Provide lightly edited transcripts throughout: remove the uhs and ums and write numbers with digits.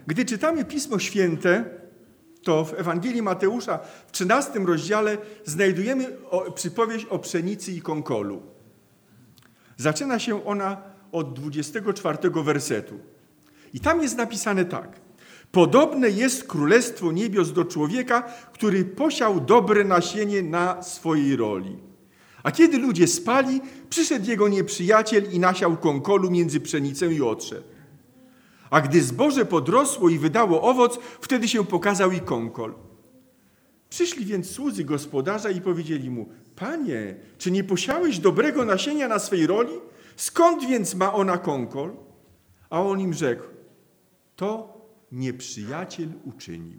Gdy czytamy Pismo Święte, to w Ewangelii Mateusza w 13 rozdziale znajdujemy przypowieść o pszenicy i konkolu. Zaczyna się ona od 24 wersetu. I tam jest napisane tak. Podobne jest Królestwo Niebios do człowieka, który posiał dobre nasienie na swojej roli. A kiedy ludzie spali, przyszedł jego nieprzyjaciel i nasiał konkolu między pszenicę i odszedł. A gdy zboże podrosło i wydało owoc, wtedy się pokazał i konkol. Przyszli więc słudzy gospodarza i powiedzieli mu: Panie, czy nie posiałeś dobrego nasienia na swej roli? Skąd więc ma ona konkol? A on im rzekł: to nieprzyjaciel uczynił.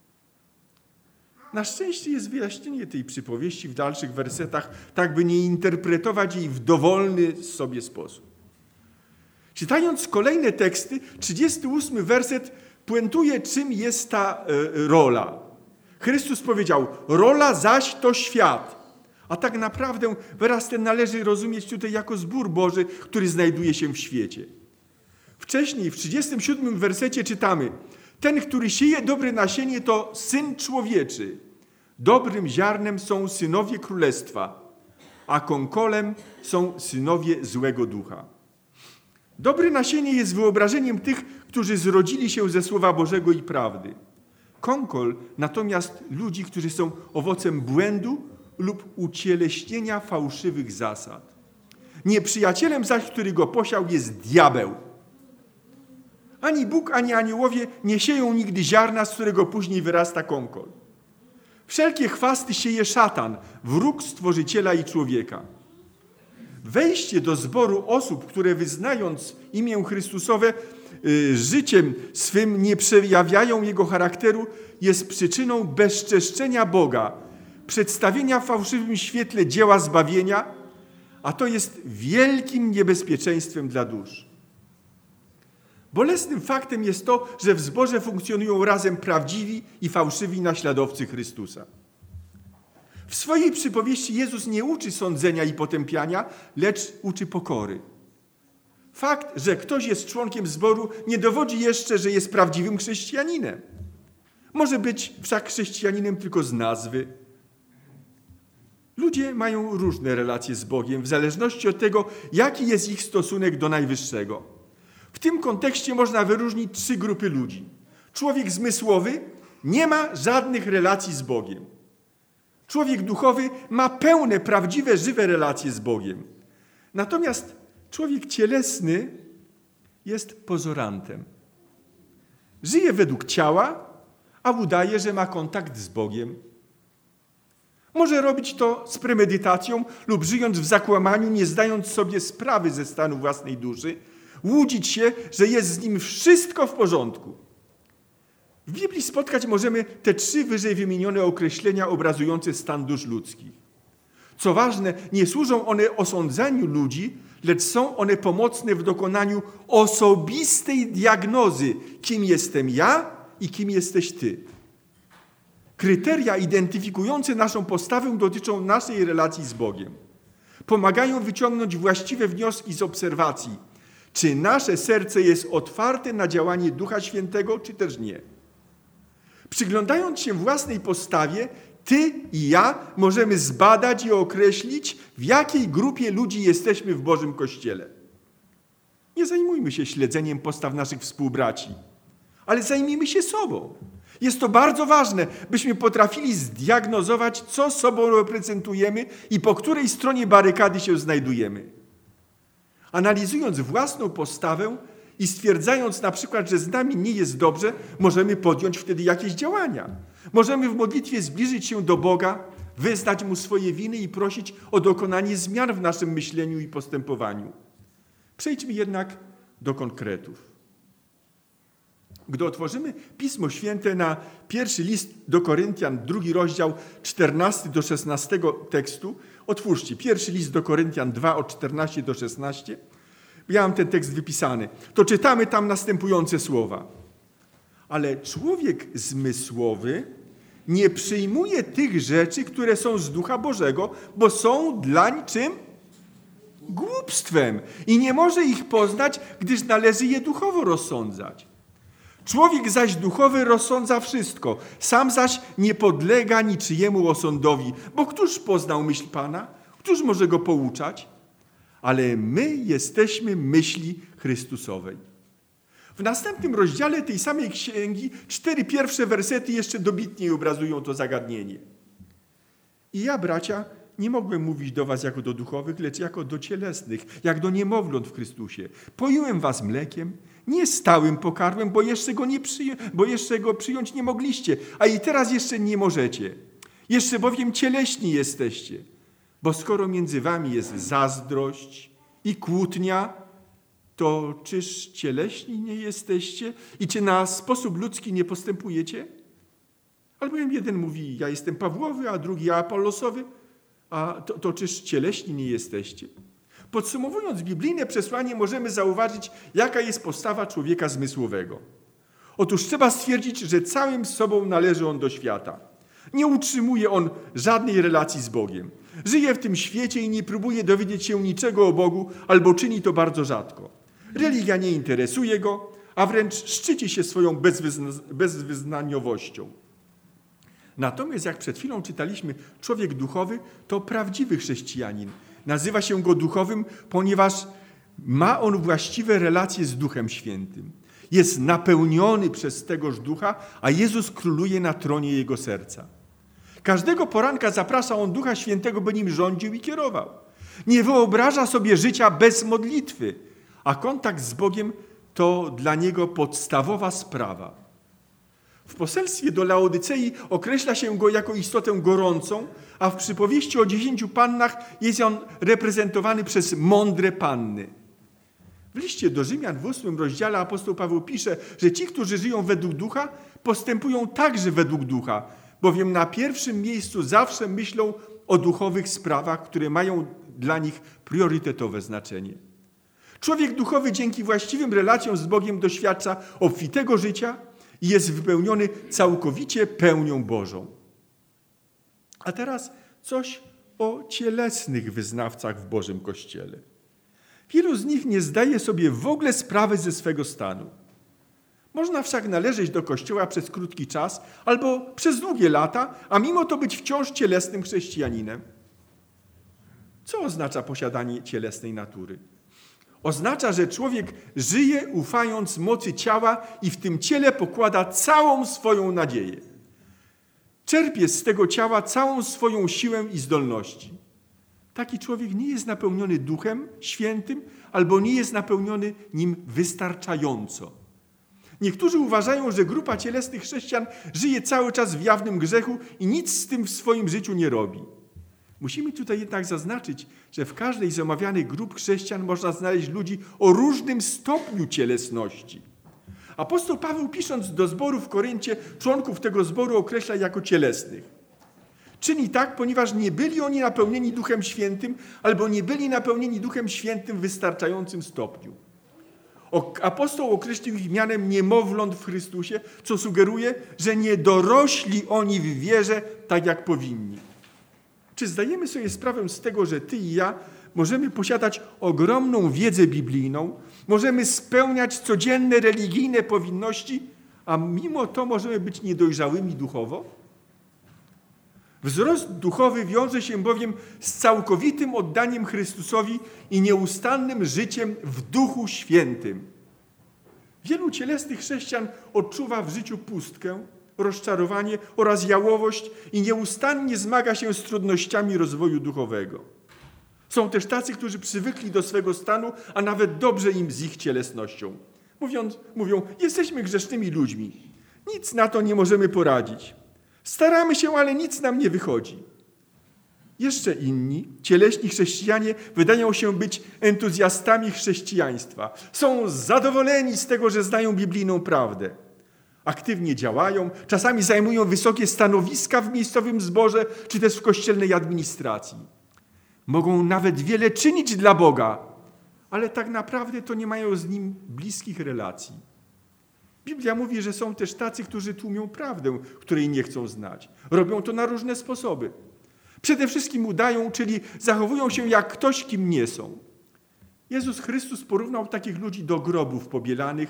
Na szczęście jest wyjaśnienie tej przypowieści w dalszych wersetach, tak by nie interpretować jej w dowolny sobie sposób. Czytając kolejne teksty, 38 werset puentuje, czym jest ta rola. Chrystus powiedział: rola zaś to świat. A tak naprawdę wyraz ten należy rozumieć tutaj jako zbór Boży, który znajduje się w świecie. Wcześniej, w 37 wersecie czytamy: ten, który sieje dobre nasienie, to Syn Człowieczy. Dobrym ziarnem są synowie Królestwa, a konkolem są synowie złego ducha. Dobre nasienie jest wyobrażeniem tych, którzy zrodzili się ze Słowa Bożego i prawdy. Konkol natomiast ludzi, którzy są owocem błędu lub ucieleśnienia fałszywych zasad. Nieprzyjacielem zaś, który go posiał, jest diabeł. Ani Bóg, ani aniołowie nie sieją nigdy ziarna, z którego później wyrasta konkol. Wszelkie chwasty sieje szatan, wróg Stworzyciela i człowieka. Wejście do zboru osób, które wyznając imię Chrystusowe, życiem swym nie przejawiają Jego charakteru, jest przyczyną bezczeszczenia Boga, przedstawienia w fałszywym świetle dzieła zbawienia, a to jest wielkim niebezpieczeństwem dla dusz. Bolesnym faktem jest to, że w zborze funkcjonują razem prawdziwi i fałszywi naśladowcy Chrystusa. W swojej przypowieści Jezus nie uczy sądzenia i potępiania, lecz uczy pokory. Fakt, że ktoś jest członkiem zboru, nie dowodzi jeszcze, że jest prawdziwym chrześcijaninem. Może być wszak chrześcijaninem tylko z nazwy. Ludzie mają różne relacje z Bogiem, w zależności od tego, jaki jest ich stosunek do Najwyższego. W tym kontekście można wyróżnić 3 grupy ludzi. Człowiek zmysłowy nie ma żadnych relacji z Bogiem. Człowiek duchowy ma pełne, prawdziwe, żywe relacje z Bogiem. Natomiast człowiek cielesny jest pozorantem. Żyje według ciała, a udaje, że ma kontakt z Bogiem. Może robić to z premedytacją lub żyjąc w zakłamaniu, nie zdając sobie sprawy ze stanu własnej duszy, łudzić się, że jest z nim wszystko w porządku. W Biblii spotkać możemy te 3 wyżej wymienione określenia obrazujące stan dusz ludzkich. Co ważne, nie służą one osądzaniu ludzi, lecz są one pomocne w dokonaniu osobistej diagnozy, kim jestem ja i kim jesteś ty. Kryteria identyfikujące naszą postawę dotyczą naszej relacji z Bogiem. Pomagają wyciągnąć właściwe wnioski z obserwacji, czy nasze serce jest otwarte na działanie Ducha Świętego, czy też nie. Przyglądając się własnej postawie, ty i ja możemy zbadać i określić, w jakiej grupie ludzi jesteśmy w Bożym Kościele. Nie zajmujmy się śledzeniem postaw naszych współbraci, ale zajmijmy się sobą. Jest to bardzo ważne, byśmy potrafili zdiagnozować, co sobą reprezentujemy i po której stronie barykady się znajdujemy. Analizując własną postawę i stwierdzając na przykład, że z nami nie jest dobrze, możemy podjąć wtedy jakieś działania. Możemy w modlitwie zbliżyć się do Boga, wyznać Mu swoje winy i prosić o dokonanie zmian w naszym myśleniu i postępowaniu. Przejdźmy jednak do konkretów. Gdy otworzymy Pismo Święte na 1 list do Koryntian, 2 rozdział, 14 do 16 tekstu, otwórzcie 1 list do Koryntian 2, od 14 do 16. Ja mam ten tekst wypisany. To czytamy tam następujące słowa. Ale człowiek zmysłowy nie przyjmuje tych rzeczy, które są z Ducha Bożego, bo są dlań czym? Głupstwem. I nie może ich poznać, gdyż należy je duchowo rozsądzać. Człowiek zaś duchowy rozsądza wszystko, sam zaś nie podlega niczyjemu osądowi, bo któż poznał myśl Pana? Któż może go pouczać? Ale my jesteśmy myśli Chrystusowej. W następnym rozdziale tej samej księgi 4 pierwsze wersety jeszcze dobitniej obrazują to zagadnienie. I ja, bracia, nie mogłem mówić do was jako do duchowych, lecz jako do cielesnych, jak do niemowląt w Chrystusie. Poiłem was mlekiem, nie stałym pokarmem, bo jeszcze go przyjąć nie mogliście, a i teraz jeszcze nie możecie. Jeszcze bowiem cieleśni jesteście. Bo skoro między wami jest zazdrość i kłótnia, to czyż cieleśni nie jesteście i czy na sposób ludzki nie postępujecie? Albowiem jeden mówi, ja jestem Pawłowy, a drugi ja Apollosowy, a to czyż cieleśni nie jesteście? Podsumowując biblijne przesłanie, możemy zauważyć, jaka jest postawa człowieka zmysłowego. Otóż trzeba stwierdzić, że całym sobą należy on do świata. Nie utrzymuje on żadnej relacji z Bogiem. Żyje w tym świecie i nie próbuje dowiedzieć się niczego o Bogu, albo czyni to bardzo rzadko. Religia nie interesuje go, a wręcz szczyci się swoją bezwyznaniowością. Natomiast, jak przed chwilą czytaliśmy, człowiek duchowy to prawdziwy chrześcijanin. Nazywa się go duchowym, ponieważ ma on właściwe relacje z Duchem Świętym. Jest napełniony przez tegoż Ducha, a Jezus króluje na tronie jego serca. Każdego poranka zaprasza on Ducha Świętego, by nim rządził i kierował. Nie wyobraża sobie życia bez modlitwy, a kontakt z Bogiem to dla niego podstawowa sprawa. W poselstwie do Laodycei określa się go jako istotę gorącą, a w przypowieści o 10 pannach jest on reprezentowany przez mądre panny. W liście do Rzymian w 8 rozdziale apostoł Paweł pisze, że ci, którzy żyją według ducha, postępują także według ducha, bowiem na pierwszym miejscu zawsze myślą o duchowych sprawach, które mają dla nich priorytetowe znaczenie. Człowiek duchowy dzięki właściwym relacjom z Bogiem doświadcza obfitego życia i jest wypełniony całkowicie pełnią Bożą. A teraz coś o cielesnych wyznawcach w Bożym Kościele. Wielu z nich nie zdaje sobie w ogóle sprawy ze swego stanu. Można wszak należeć do Kościoła przez krótki czas albo przez długie lata, a mimo to być wciąż cielesnym chrześcijaninem. Co oznacza posiadanie cielesnej natury? Oznacza, że człowiek żyje ufając mocy ciała i w tym ciele pokłada całą swoją nadzieję. Czerpie z tego ciała całą swoją siłę i zdolności. Taki człowiek nie jest napełniony Duchem Świętym albo nie jest napełniony nim wystarczająco. Niektórzy uważają, że grupa cielesnych chrześcijan żyje cały czas w jawnym grzechu i nic z tym w swoim życiu nie robi. Musimy tutaj jednak zaznaczyć, że w każdej z omawianych grup chrześcijan można znaleźć ludzi o różnym stopniu cielesności. Apostoł Paweł, pisząc do zboru w Koryncie, członków tego zboru określa jako cielesnych. Czyni tak, ponieważ nie byli oni napełnieni Duchem Świętym albo nie byli napełnieni Duchem Świętym w wystarczającym stopniu. Apostoł określił ich mianem niemowląt w Chrystusie, co sugeruje, że nie dorośli oni w wierze tak, jak powinni. Czy zdajemy sobie sprawę z tego, że ty i ja możemy posiadać ogromną wiedzę biblijną, możemy spełniać codzienne religijne powinności, a mimo to możemy być niedojrzałymi duchowo? Wzrost duchowy wiąże się bowiem z całkowitym oddaniem Chrystusowi i nieustannym życiem w Duchu Świętym. Wielu cielesnych chrześcijan odczuwa w życiu pustkę, rozczarowanie oraz jałowość i nieustannie zmaga się z trudnościami rozwoju duchowego. Są też tacy, którzy przywykli do swego stanu, a nawet dobrze im z ich cielesnością. Mówią, jesteśmy grzesznymi ludźmi. Nic na to nie możemy poradzić. Staramy się, ale nic nam nie wychodzi. Jeszcze inni, cieleśni chrześcijanie, wydają się być entuzjastami chrześcijaństwa. Są zadowoleni z tego, że znają biblijną prawdę. Aktywnie działają, czasami zajmują wysokie stanowiska w miejscowym zborze, czy też w kościelnej administracji. Mogą nawet wiele czynić dla Boga, ale tak naprawdę to nie mają z Nim bliskich relacji. Biblia mówi, że są też tacy, którzy tłumią prawdę, której nie chcą znać. Robią to na różne sposoby. Przede wszystkim udają, czyli zachowują się jak ktoś, kim nie są. Jezus Chrystus porównał takich ludzi do grobów pobielanych,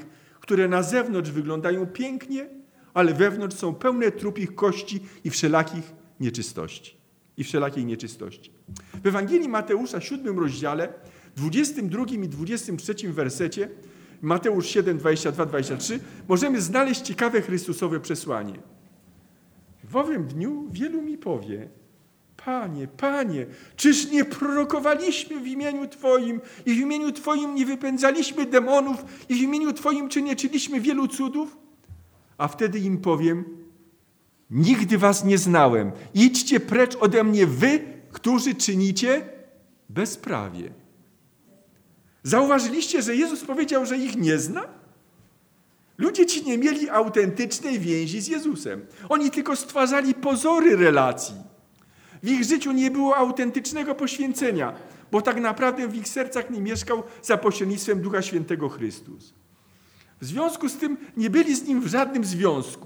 które na zewnątrz wyglądają pięknie, ale wewnątrz są pełne trupich kości i wszelakiej nieczystości. W Ewangelii Mateusza, 7 rozdziale, 22 i 23 wersecie, Mateusz 7, 22-23, możemy znaleźć ciekawe Chrystusowe przesłanie. W owym dniu wielu mi powie: Panie, Panie, czyż nie prorokowaliśmy w imieniu Twoim i w imieniu Twoim nie wypędzaliśmy demonów i w imieniu Twoim czy nie czyniliśmy wielu cudów? A wtedy im powiem: nigdy was nie znałem. Idźcie precz ode mnie wy, którzy czynicie bezprawie. Zauważyliście, że Jezus powiedział, że ich nie zna? Ludzie ci nie mieli autentycznej więzi z Jezusem. Oni tylko stwarzali pozory relacji. W ich życiu nie było autentycznego poświęcenia, bo tak naprawdę w ich sercach nie mieszkał za pośrednictwem Ducha Świętego Chrystus. W związku z tym nie byli z Nim w żadnym związku.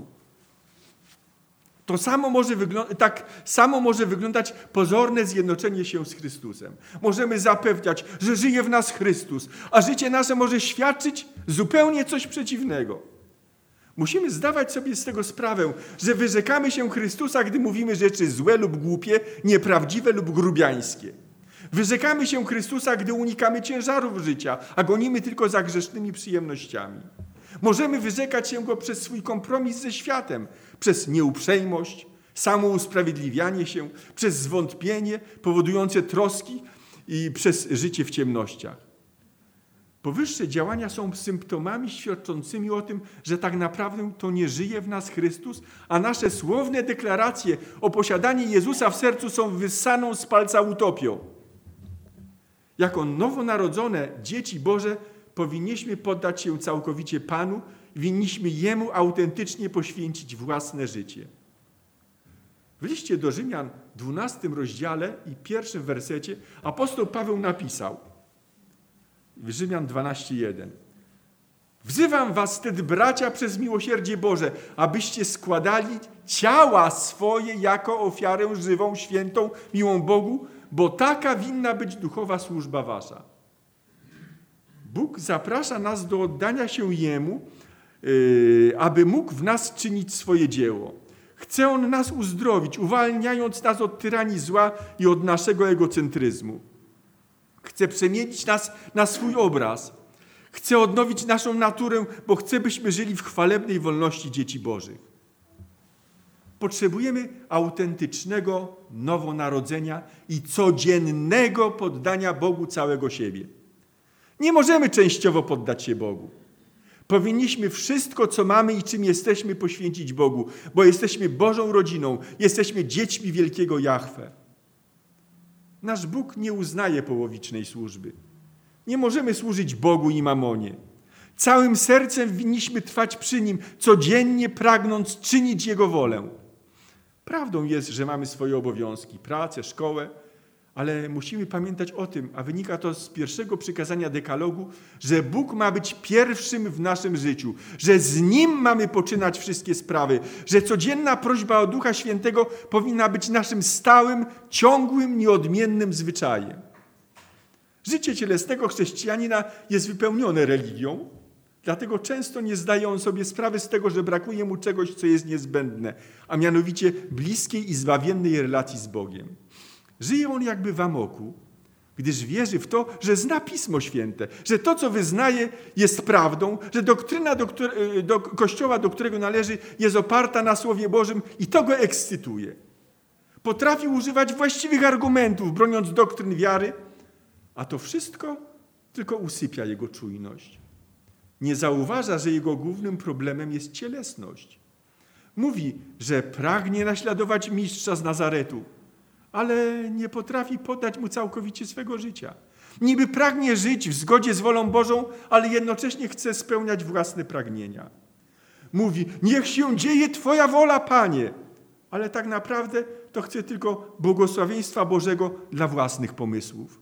Tak samo może wyglądać pozorne zjednoczenie się z Chrystusem. Możemy zapewniać, że żyje w nas Chrystus, a życie nasze może świadczyć zupełnie coś przeciwnego. Musimy zdawać sobie z tego sprawę, że wyrzekamy się Chrystusa, gdy mówimy rzeczy złe lub głupie, nieprawdziwe lub grubiańskie. Wyrzekamy się Chrystusa, gdy unikamy ciężarów życia, a gonimy tylko za grzesznymi przyjemnościami. Możemy wyrzekać się Go przez swój kompromis ze światem, przez nieuprzejmość, samousprawiedliwianie się, przez zwątpienie powodujące troski i przez życie w ciemnościach. Powyższe działania są symptomami świadczącymi o tym, że tak naprawdę to nie żyje w nas Chrystus, a nasze słowne deklaracje o posiadaniu Jezusa w sercu są wyssaną z palca utopią. Jako nowonarodzone dzieci Boże powinniśmy poddać się całkowicie Panu, winniśmy Jemu autentycznie poświęcić własne życie. W liście do Rzymian, 12 rozdziale i 1 wersecie apostoł Paweł napisał, w Rzymian 12:1. Wzywam was wtedy, bracia, przez miłosierdzie Boże, abyście składali ciała swoje jako ofiarę żywą, świętą, miłą Bogu, bo taka winna być duchowa służba wasza. Bóg zaprasza nas do oddania się Jemu, aby mógł w nas czynić swoje dzieło. Chce On nas uzdrowić, uwalniając nas od tyranii zła i od naszego egocentryzmu. Chce przemienić nas na swój obraz. Chce odnowić naszą naturę, bo chce, byśmy żyli w chwalebnej wolności dzieci Bożych. Potrzebujemy autentycznego nowonarodzenia i codziennego poddania Bogu całego siebie. Nie możemy częściowo poddać się Bogu. Powinniśmy wszystko, co mamy i czym jesteśmy, poświęcić Bogu, bo jesteśmy Bożą rodziną, jesteśmy dziećmi wielkiego Jahwe. Nasz Bóg nie uznaje połowicznej służby. Nie możemy służyć Bogu i mamonie. Całym sercem winniśmy trwać przy Nim, codziennie pragnąc czynić Jego wolę. Prawdą jest, że mamy swoje obowiązki, pracę, szkołę, ale musimy pamiętać o tym, a wynika to z pierwszego przykazania dekalogu, że Bóg ma być pierwszym w naszym życiu, że z Nim mamy poczynać wszystkie sprawy, że codzienna prośba o Ducha Świętego powinna być naszym stałym, ciągłym, nieodmiennym zwyczajem. Życie cielesnego chrześcijanina jest wypełnione religią, dlatego często nie zdaje on sobie sprawy z tego, że brakuje mu czegoś, co jest niezbędne, a mianowicie bliskiej i zbawiennej relacji z Bogiem. Żyje on jakby w amoku, gdyż wierzy w to, że zna Pismo Święte, że to, co wyznaje, jest prawdą, że doktryna do Kościoła, do którego należy, jest oparta na Słowie Bożym i to go ekscytuje. Potrafi używać właściwych argumentów, broniąc doktryn wiary, a to wszystko tylko usypia jego czujność. Nie zauważa, że jego głównym problemem jest cielesność. Mówi, że pragnie naśladować mistrza z Nazaretu, ale nie potrafi poddać mu całkowicie swego życia. Niby pragnie żyć w zgodzie z wolą Bożą, ale jednocześnie chce spełniać własne pragnienia. Mówi, niech się dzieje Twoja wola, Panie, ale tak naprawdę to chce tylko błogosławieństwa Bożego dla własnych pomysłów.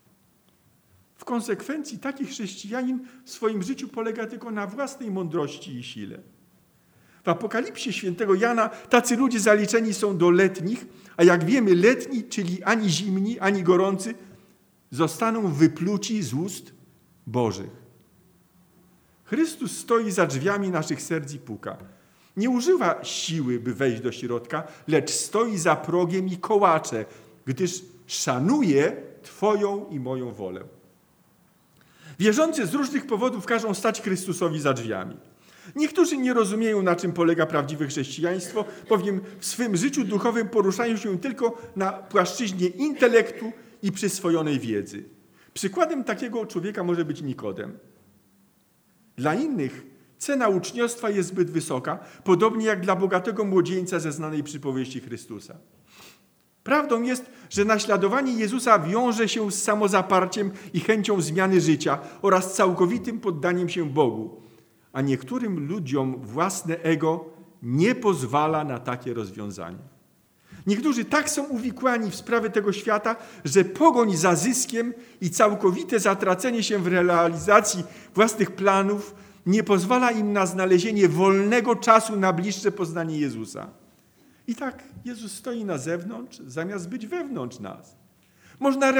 W konsekwencji taki chrześcijanin w swoim życiu polega tylko na własnej mądrości i sile. W Apokalipsie świętego Jana tacy ludzie zaliczeni są do letnich, a jak wiemy letni, czyli ani zimni, ani gorący, zostaną wypluci z ust Bożych. Chrystus stoi za drzwiami naszych serc i puka. Nie używa siły, by wejść do środka, lecz stoi za progiem i kołacze, gdyż szanuje Twoją i moją wolę. Wierzący z różnych powodów każą stać Chrystusowi za drzwiami. Niektórzy nie rozumieją, na czym polega prawdziwe chrześcijaństwo, bowiem w swym życiu duchowym poruszają się tylko na płaszczyźnie intelektu i przyswojonej wiedzy. Przykładem takiego człowieka może być Nikodem. Dla innych cena uczniostwa jest zbyt wysoka, podobnie jak dla bogatego młodzieńca ze znanej przypowieści Chrystusa. Prawdą jest, że naśladowanie Jezusa wiąże się z samozaparciem i chęcią zmiany życia oraz całkowitym poddaniem się Bogu, a niektórym ludziom własne ego nie pozwala na takie rozwiązanie. Niektórzy tak są uwikłani w sprawy tego świata, że pogoń za zyskiem i całkowite zatracenie się w realizacji własnych planów nie pozwala im na znalezienie wolnego czasu na bliższe poznanie Jezusa. I tak Jezus stoi na zewnątrz, zamiast być wewnątrz nas. Można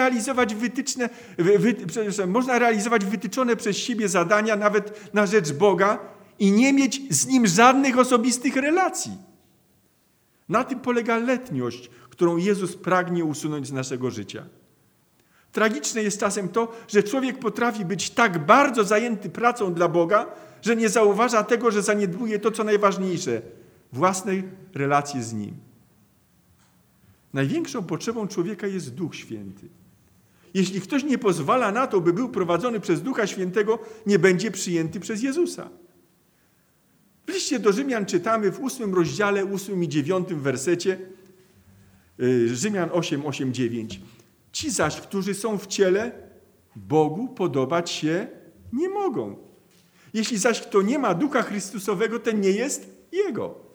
realizować wytyczone przez siebie zadania nawet na rzecz Boga i nie mieć z Nim żadnych osobistych relacji. Na tym polega letniość, którą Jezus pragnie usunąć z naszego życia. Tragiczne jest czasem to, że człowiek potrafi być tak bardzo zajęty pracą dla Boga, że nie zauważa tego, że zaniedbuje to, co najważniejsze – własne relacje z Nim. Największą potrzebą człowieka jest Duch Święty. Jeśli ktoś nie pozwala na to, by był prowadzony przez Ducha Świętego, nie będzie przyjęty przez Jezusa. W liście do Rzymian czytamy w 8 rozdziale, 8 i 9 wersecie, Rzymian 8, 8, 9. Ci zaś, którzy są w ciele, Bogu podobać się nie mogą. Jeśli zaś kto nie ma Ducha Chrystusowego, ten nie jest Jego.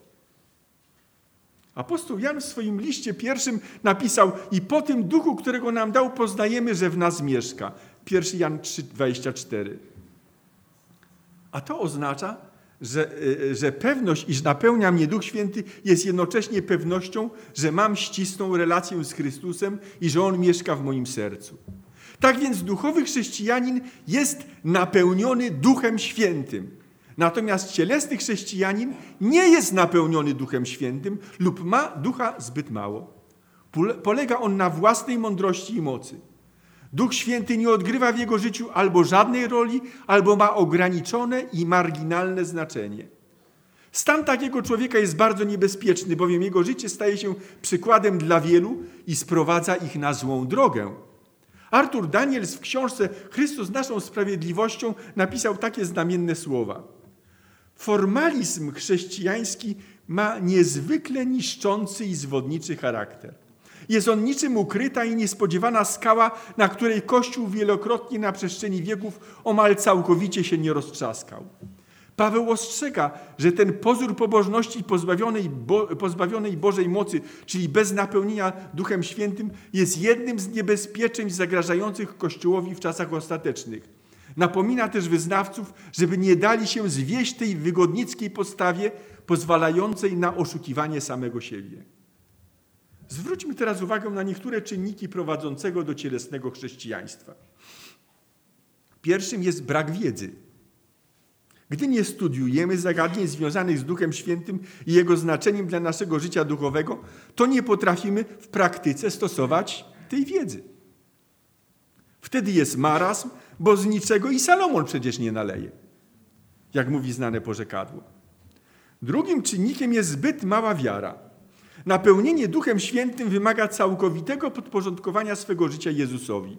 Apostoł Jan w swoim liście pierwszym napisał: i po tym Duchu, którego nam dał, poznajemy, że w nas mieszka. 1 Jan 3, 24. A to oznacza, że pewność, iż napełnia mnie Duch Święty, jest jednocześnie pewnością, że mam ścisłą relację z Chrystusem i że On mieszka w moim sercu. Tak więc duchowy chrześcijanin jest napełniony Duchem Świętym. Natomiast cielesny chrześcijanin nie jest napełniony Duchem Świętym lub ma ducha zbyt mało. Polega on na własnej mądrości i mocy. Duch Święty nie odgrywa w jego życiu albo żadnej roli, albo ma ograniczone i marginalne znaczenie. Stan takiego człowieka jest bardzo niebezpieczny, bowiem jego życie staje się przykładem dla wielu i sprowadza ich na złą drogę. Arthur Daniels w książce Chrystus naszą sprawiedliwością napisał takie znamienne słowa. Formalizm chrześcijański ma niezwykle niszczący i zwodniczy charakter. Jest on niczym ukryta i niespodziewana skała, na której Kościół wielokrotnie na przestrzeni wieków omal całkowicie się nie roztrzaskał. Paweł ostrzega, że ten pozór pobożności pozbawionej Bożej mocy, czyli bez napełnienia Duchem Świętym, jest jednym z niebezpieczeństw zagrażających Kościołowi w czasach ostatecznych. Napomina też wyznawców, żeby nie dali się zwieść tej wygodnickiej postawie pozwalającej na oszukiwanie samego siebie. Zwróćmy teraz uwagę na niektóre czynniki prowadzącego do cielesnego chrześcijaństwa. Pierwszym jest brak wiedzy. Gdy nie studiujemy zagadnień związanych z Duchem Świętym i Jego znaczeniem dla naszego życia duchowego, to nie potrafimy w praktyce stosować tej wiedzy. Wtedy jest marazm, bo z niczego i Salomon przecież nie naleje, jak mówi znane porzekadło. Drugim czynnikiem jest zbyt mała wiara. Napełnienie Duchem Świętym wymaga całkowitego podporządkowania swego życia Jezusowi.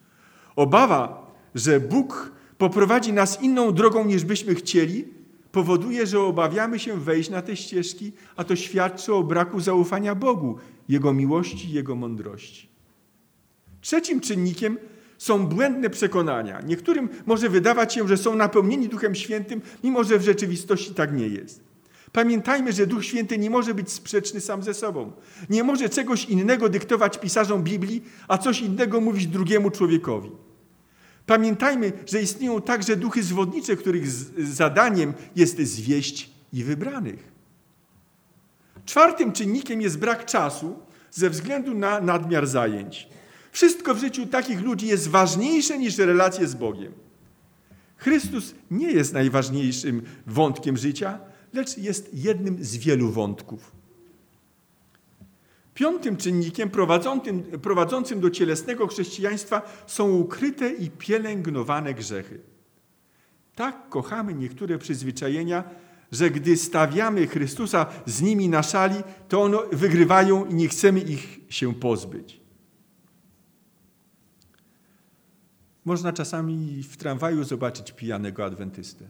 Obawa, że Bóg poprowadzi nas inną drogą niż byśmy chcieli, powoduje, że obawiamy się wejść na te ścieżki, a to świadczy o braku zaufania Bogu, Jego miłości i Jego mądrości. Trzecim czynnikiem są błędne przekonania. Niektórym może wydawać się, że są napełnieni Duchem Świętym, mimo że w rzeczywistości tak nie jest. Pamiętajmy, że Duch Święty nie może być sprzeczny sam ze sobą. Nie może czegoś innego dyktować pisarzom Biblii, a coś innego mówić drugiemu człowiekowi. Pamiętajmy, że istnieją także duchy zwodnicze, których zadaniem jest zwieść i wybranych. Czwartym czynnikiem jest brak czasu ze względu na nadmiar zajęć. Wszystko w życiu takich ludzi jest ważniejsze niż relacje z Bogiem. Chrystus nie jest najważniejszym wątkiem życia, lecz jest jednym z wielu wątków. Piątym czynnikiem prowadzącym do cielesnego chrześcijaństwa są ukryte i pielęgnowane grzechy. Tak kochamy niektóre przyzwyczajenia, że gdy stawiamy Chrystusa z nimi na szali, to one wygrywają i nie chcemy ich się pozbyć. Można czasami w tramwaju zobaczyć pijanego adwentystę.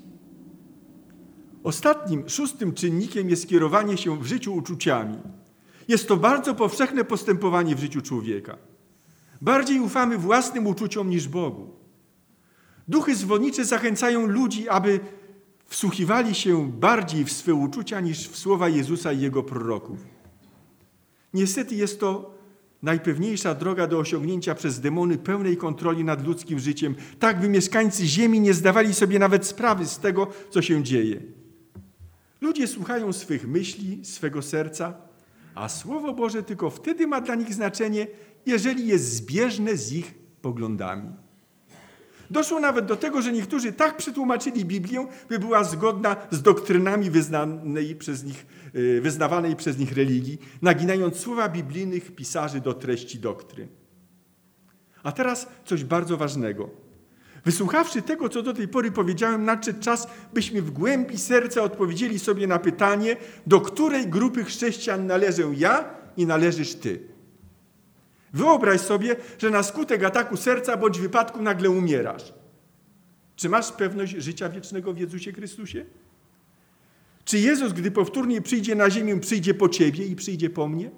Ostatnim, szóstym czynnikiem jest kierowanie się w życiu uczuciami. Jest to bardzo powszechne postępowanie w życiu człowieka. Bardziej ufamy własnym uczuciom niż Bogu. Duchy zwodnicze zachęcają ludzi, aby wsłuchiwali się bardziej w swe uczucia niż w słowa Jezusa i Jego proroków. Niestety jest to najpewniejsza droga do osiągnięcia przez demony pełnej kontroli nad ludzkim życiem, tak by mieszkańcy ziemi nie zdawali sobie nawet sprawy z tego, co się dzieje. Ludzie słuchają swych myśli, swego serca, a Słowo Boże tylko wtedy ma dla nich znaczenie, jeżeli jest zbieżne z ich poglądami. Doszło nawet do tego, że niektórzy tak przetłumaczyli Biblię, by była zgodna z doktrynami wyznawanej przez nich religii, naginając słowa biblijnych pisarzy do treści doktryn. A teraz coś bardzo ważnego. Wysłuchawszy tego, co do tej pory powiedziałem, nadszedł czas, byśmy w głębi serca odpowiedzieli sobie na pytanie, do której grupy chrześcijan należę ja i należysz ty. Wyobraź sobie, że na skutek ataku serca bądź wypadku nagle umierasz. Czy masz pewność życia wiecznego w Jezusie Chrystusie? Czy Jezus, gdy powtórnie przyjdzie na ziemię, przyjdzie po ciebie i przyjdzie po mnie?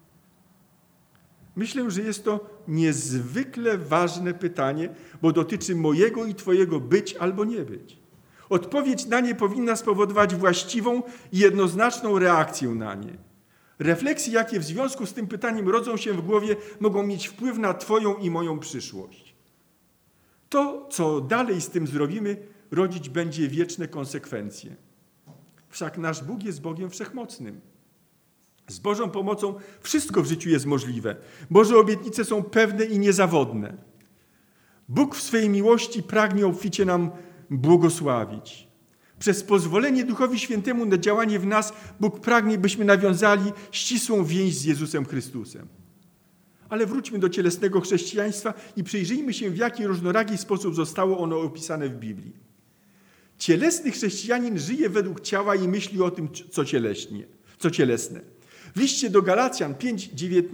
Myślę, że jest to niezwykle ważne pytanie, bo dotyczy mojego i twojego być albo nie być. Odpowiedź na nie powinna spowodować właściwą i jednoznaczną reakcję na nie. Refleksje, jakie w związku z tym pytaniem rodzą się w głowie, mogą mieć wpływ na twoją i moją przyszłość. To, co dalej z tym zrobimy, rodzić będzie wieczne konsekwencje. Wszak nasz Bóg jest Bogiem wszechmocnym. Z Bożą pomocą wszystko w życiu jest możliwe. Boże obietnice są pewne i niezawodne. Bóg w swej miłości pragnie obficie nam błogosławić. Przez pozwolenie Duchowi Świętemu na działanie w nas Bóg pragnie, byśmy nawiązali ścisłą więź z Jezusem Chrystusem. Ale wróćmy do cielesnego chrześcijaństwa i przyjrzyjmy się, w jaki różnoraki sposób zostało ono opisane w Biblii. Cielesny chrześcijanin żyje według ciała i myśli o tym, co cielesne. W liście do Galacjan 5,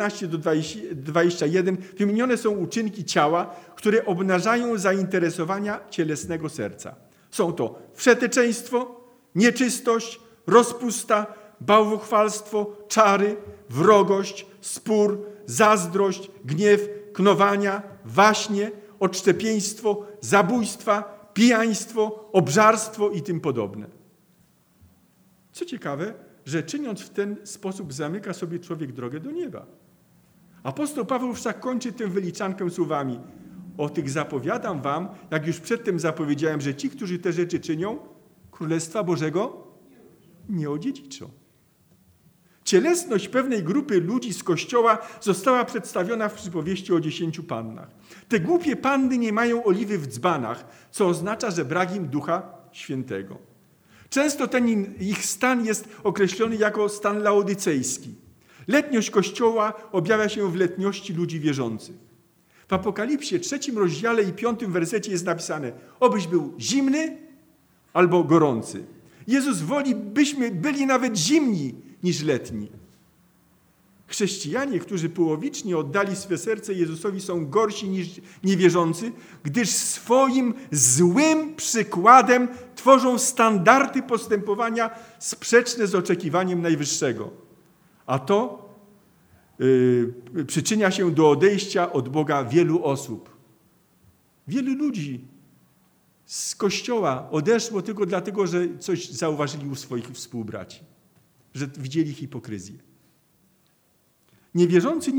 19-21 wymienione są uczynki ciała, które obnażają zainteresowania cielesnego serca. Są to wszeteczeństwo, nieczystość, rozpusta, bałwochwalstwo, czary, wrogość, spór, zazdrość, gniew, knowania, waśnie, odszczepieństwo, zabójstwa, pijaństwo, obżarstwo i tym podobne. Co ciekawe, że czyniąc w ten sposób zamyka sobie człowiek drogę do nieba. Apostoł Paweł wszak kończy tę wyliczankę słowami: o tych zapowiadam wam, jak już przedtem zapowiedziałem, że ci, którzy te rzeczy czynią, Królestwa Bożego nie odziedziczą. Cielesność pewnej grupy ludzi z Kościoła została przedstawiona w przypowieści o 10 pannach. Te głupie panny nie mają oliwy w dzbanach, co oznacza, że brak im Ducha Świętego. Często ten ich stan jest określony jako stan laodycejski. Letniość Kościoła objawia się w letniości ludzi wierzących. W Apokalipsie 3 rozdziale i 5 wersecie jest napisane: obyś był zimny albo gorący. Jezus woli, byśmy byli nawet zimni niż letni. Chrześcijanie, którzy połowicznie oddali swe serce Jezusowi, są gorsi niż niewierzący, gdyż swoim złym przykładem tworzą standardy postępowania sprzeczne z oczekiwaniem Najwyższego. A to przyczynia się do odejścia od Boga wielu osób. Wielu ludzi z Kościoła odeszło tylko dlatego, że coś zauważyli u swoich współbraci, że widzieli hipokryzję. Niewierzący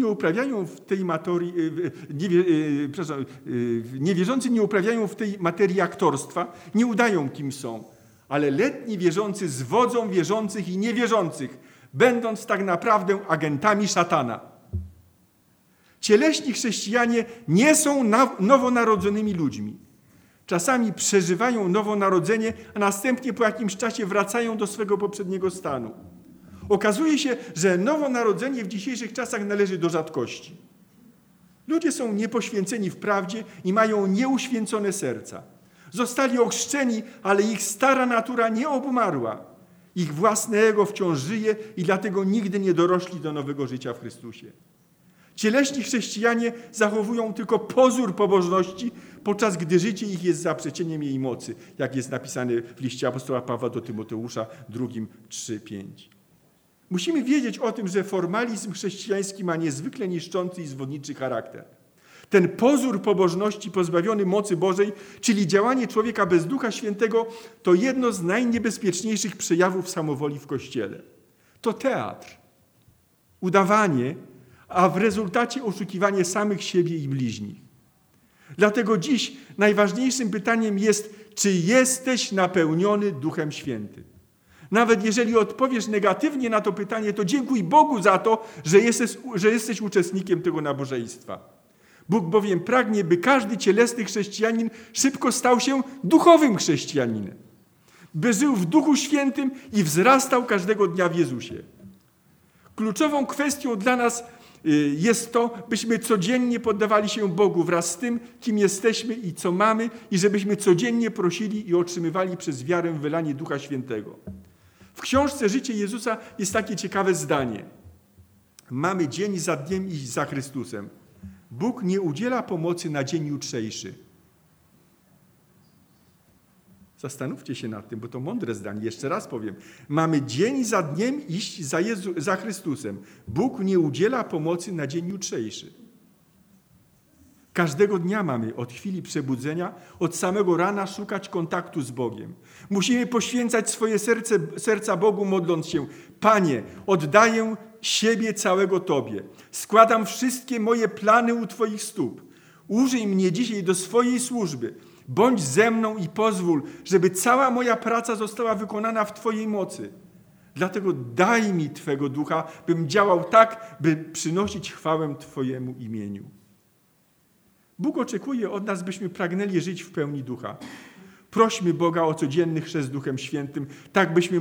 nie uprawiają w tej materii aktorstwa, nie udają, kim są, ale letni wierzący zwodzą wierzących i niewierzących, będąc tak naprawdę agentami szatana. Cieleśni chrześcijanie nie są nowonarodzonymi ludźmi. Czasami przeżywają nowonarodzenie, a następnie po jakimś czasie wracają do swego poprzedniego stanu. Okazuje się, że nowonarodzenie w dzisiejszych czasach należy do rzadkości. Ludzie są niepoświęceni w prawdzie i mają nieuświęcone serca. Zostali ochrzczeni, ale ich stara natura nie obumarła. Ich własne ego wciąż żyje i dlatego nigdy nie dorośli do nowego życia w Chrystusie. Cieleśni chrześcijanie zachowują tylko pozór pobożności, podczas gdy życie ich jest zaprzeczeniem jej mocy, jak jest napisane w liście apostoła Pawła do Tymoteusza 2, 3-5. Musimy wiedzieć o tym, że formalizm chrześcijański ma niezwykle niszczący i zwodniczy charakter. Ten pozór pobożności pozbawiony mocy Bożej, czyli działanie człowieka bez Ducha Świętego, to jedno z najniebezpieczniejszych przejawów samowoli w Kościele. To teatr, udawanie, a w rezultacie oszukiwanie samych siebie i bliźnich. Dlatego dziś najważniejszym pytaniem jest, czy jesteś napełniony Duchem Świętym. Nawet jeżeli odpowiesz negatywnie na to pytanie, to dziękuj Bogu za to, że jesteś uczestnikiem tego nabożeństwa. Bóg bowiem pragnie, by każdy cielesny chrześcijanin szybko stał się duchowym chrześcijaninem. By żył w Duchu Świętym i wzrastał każdego dnia w Jezusie. Kluczową kwestią dla nas jest to, byśmy codziennie poddawali się Bogu wraz z tym, kim jesteśmy i co mamy, i żebyśmy codziennie prosili i otrzymywali przez wiarę wylanie Ducha Świętego. W książce Życie Jezusa jest takie ciekawe zdanie. Mamy dzień za dniem iść za Chrystusem. Bóg nie udziela pomocy na dzień jutrzejszy. Zastanówcie się nad tym, bo to mądre zdanie. Jeszcze raz powiem. Mamy dzień za dniem iść za Chrystusem. Bóg nie udziela pomocy na dzień jutrzejszy. Każdego dnia mamy od chwili przebudzenia, od samego rana szukać kontaktu z Bogiem. Musimy poświęcać swoje serca Bogu, modląc się: Panie, oddaję siebie całego Tobie. Składam wszystkie moje plany u Twoich stóp. Użyj mnie dzisiaj do swojej służby. Bądź ze mną i pozwól, żeby cała moja praca została wykonana w Twojej mocy. Dlatego daj mi Twego Ducha, bym działał tak, by przynosić chwałę Twojemu imieniu. Bóg oczekuje od nas, byśmy pragnęli żyć w pełni Ducha. Prośmy Boga o codzienny chrzest Duchem Świętym, tak byśmy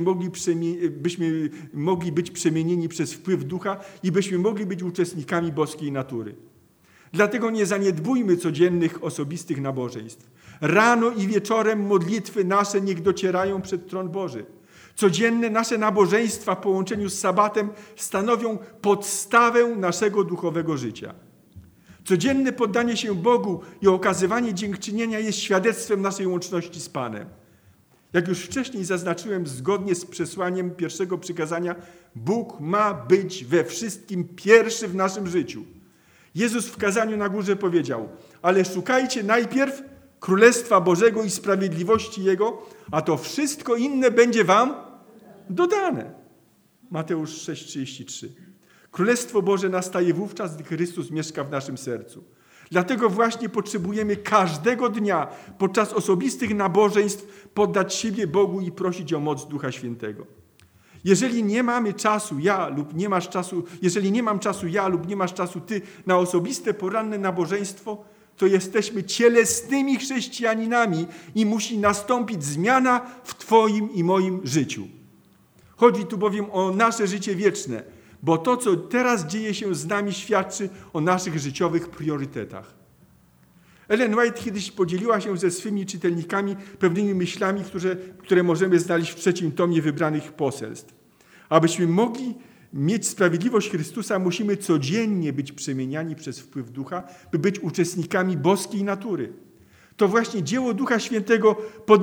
mogli być przemienieni przez wpływ Ducha i byśmy mogli być uczestnikami boskiej natury. Dlatego nie zaniedbujmy codziennych, osobistych nabożeństw. Rano i wieczorem modlitwy nasze niech docierają przed tron Boży. Codzienne nasze nabożeństwa w połączeniu z sabatem stanowią podstawę naszego duchowego życia. Codzienne poddanie się Bogu i okazywanie dziękczynienia jest świadectwem naszej łączności z Panem. Jak już wcześniej zaznaczyłem, zgodnie z przesłaniem pierwszego przykazania, Bóg ma być we wszystkim pierwszy w naszym życiu. Jezus w kazaniu na górze powiedział: ale szukajcie najpierw Królestwa Bożego i sprawiedliwości Jego, a to wszystko inne będzie wam dodane. Mateusz 6,33. Królestwo Boże nastaje wówczas, gdy Chrystus mieszka w naszym sercu. Dlatego właśnie potrzebujemy każdego dnia podczas osobistych nabożeństw poddać siebie Bogu i prosić o moc Ducha Świętego. Jeżeli nie mamy czasu, jeżeli nie mam czasu ja lub nie masz czasu ty na osobiste poranne nabożeństwo, to jesteśmy cielesnymi chrześcijaninami i musi nastąpić zmiana w Twoim i moim życiu. Chodzi tu bowiem o nasze życie wieczne, bo to, co teraz dzieje się z nami, świadczy o naszych życiowych priorytetach. Ellen White kiedyś podzieliła się ze swymi czytelnikami pewnymi myślami, które możemy znaleźć w 3 tomie wybranych poselstw. Abyśmy mogli mieć sprawiedliwość Chrystusa, musimy codziennie być przemieniani przez wpływ Ducha, by być uczestnikami boskiej natury. To właśnie dzieło Ducha Świętego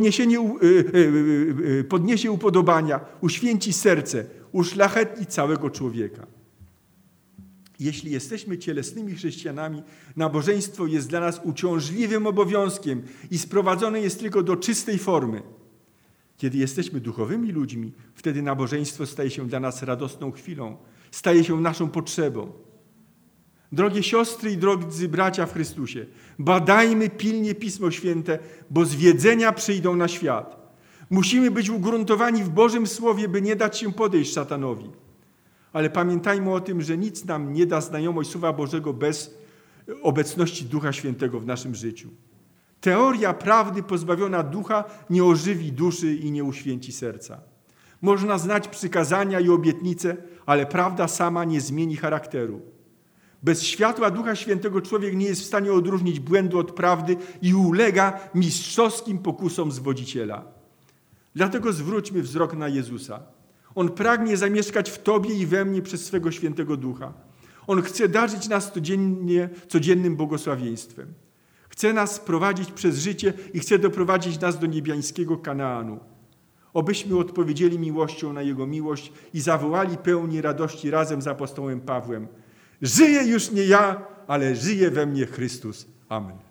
podniesie upodobania, uświęci serce, uszlachetni całego człowieka. Jeśli jesteśmy cielesnymi chrześcijanami, nabożeństwo jest dla nas uciążliwym obowiązkiem i sprowadzone jest tylko do czystej formy. Kiedy jesteśmy duchowymi ludźmi, wtedy nabożeństwo staje się dla nas radosną chwilą, staje się naszą potrzebą. Drogie siostry i drodzy bracia w Chrystusie, badajmy pilnie Pismo Święte, bo zwiedzenia przyjdą na świat. Musimy być ugruntowani w Bożym Słowie, by nie dać się podejść szatanowi. Ale pamiętajmy o tym, że nic nam nie da znajomość Słowa Bożego bez obecności Ducha Świętego w naszym życiu. Teoria prawdy pozbawiona ducha nie ożywi duszy i nie uświęci serca. Można znać przykazania i obietnice, ale prawda sama nie zmieni charakteru. Bez światła Ducha Świętego człowiek nie jest w stanie odróżnić błędu od prawdy i ulega mistrzowskim pokusom zwodziciela. Dlatego zwróćmy wzrok na Jezusa. On pragnie zamieszkać w Tobie i we mnie przez swego Świętego Ducha. On chce darzyć nas codziennym błogosławieństwem. Chce nas prowadzić przez życie i chce doprowadzić nas do niebiańskiego Kanaanu. Obyśmy odpowiedzieli miłością na Jego miłość i zawołali pełni radości razem z apostołem Pawłem: żyje już nie ja, ale żyje we mnie Chrystus. Amen.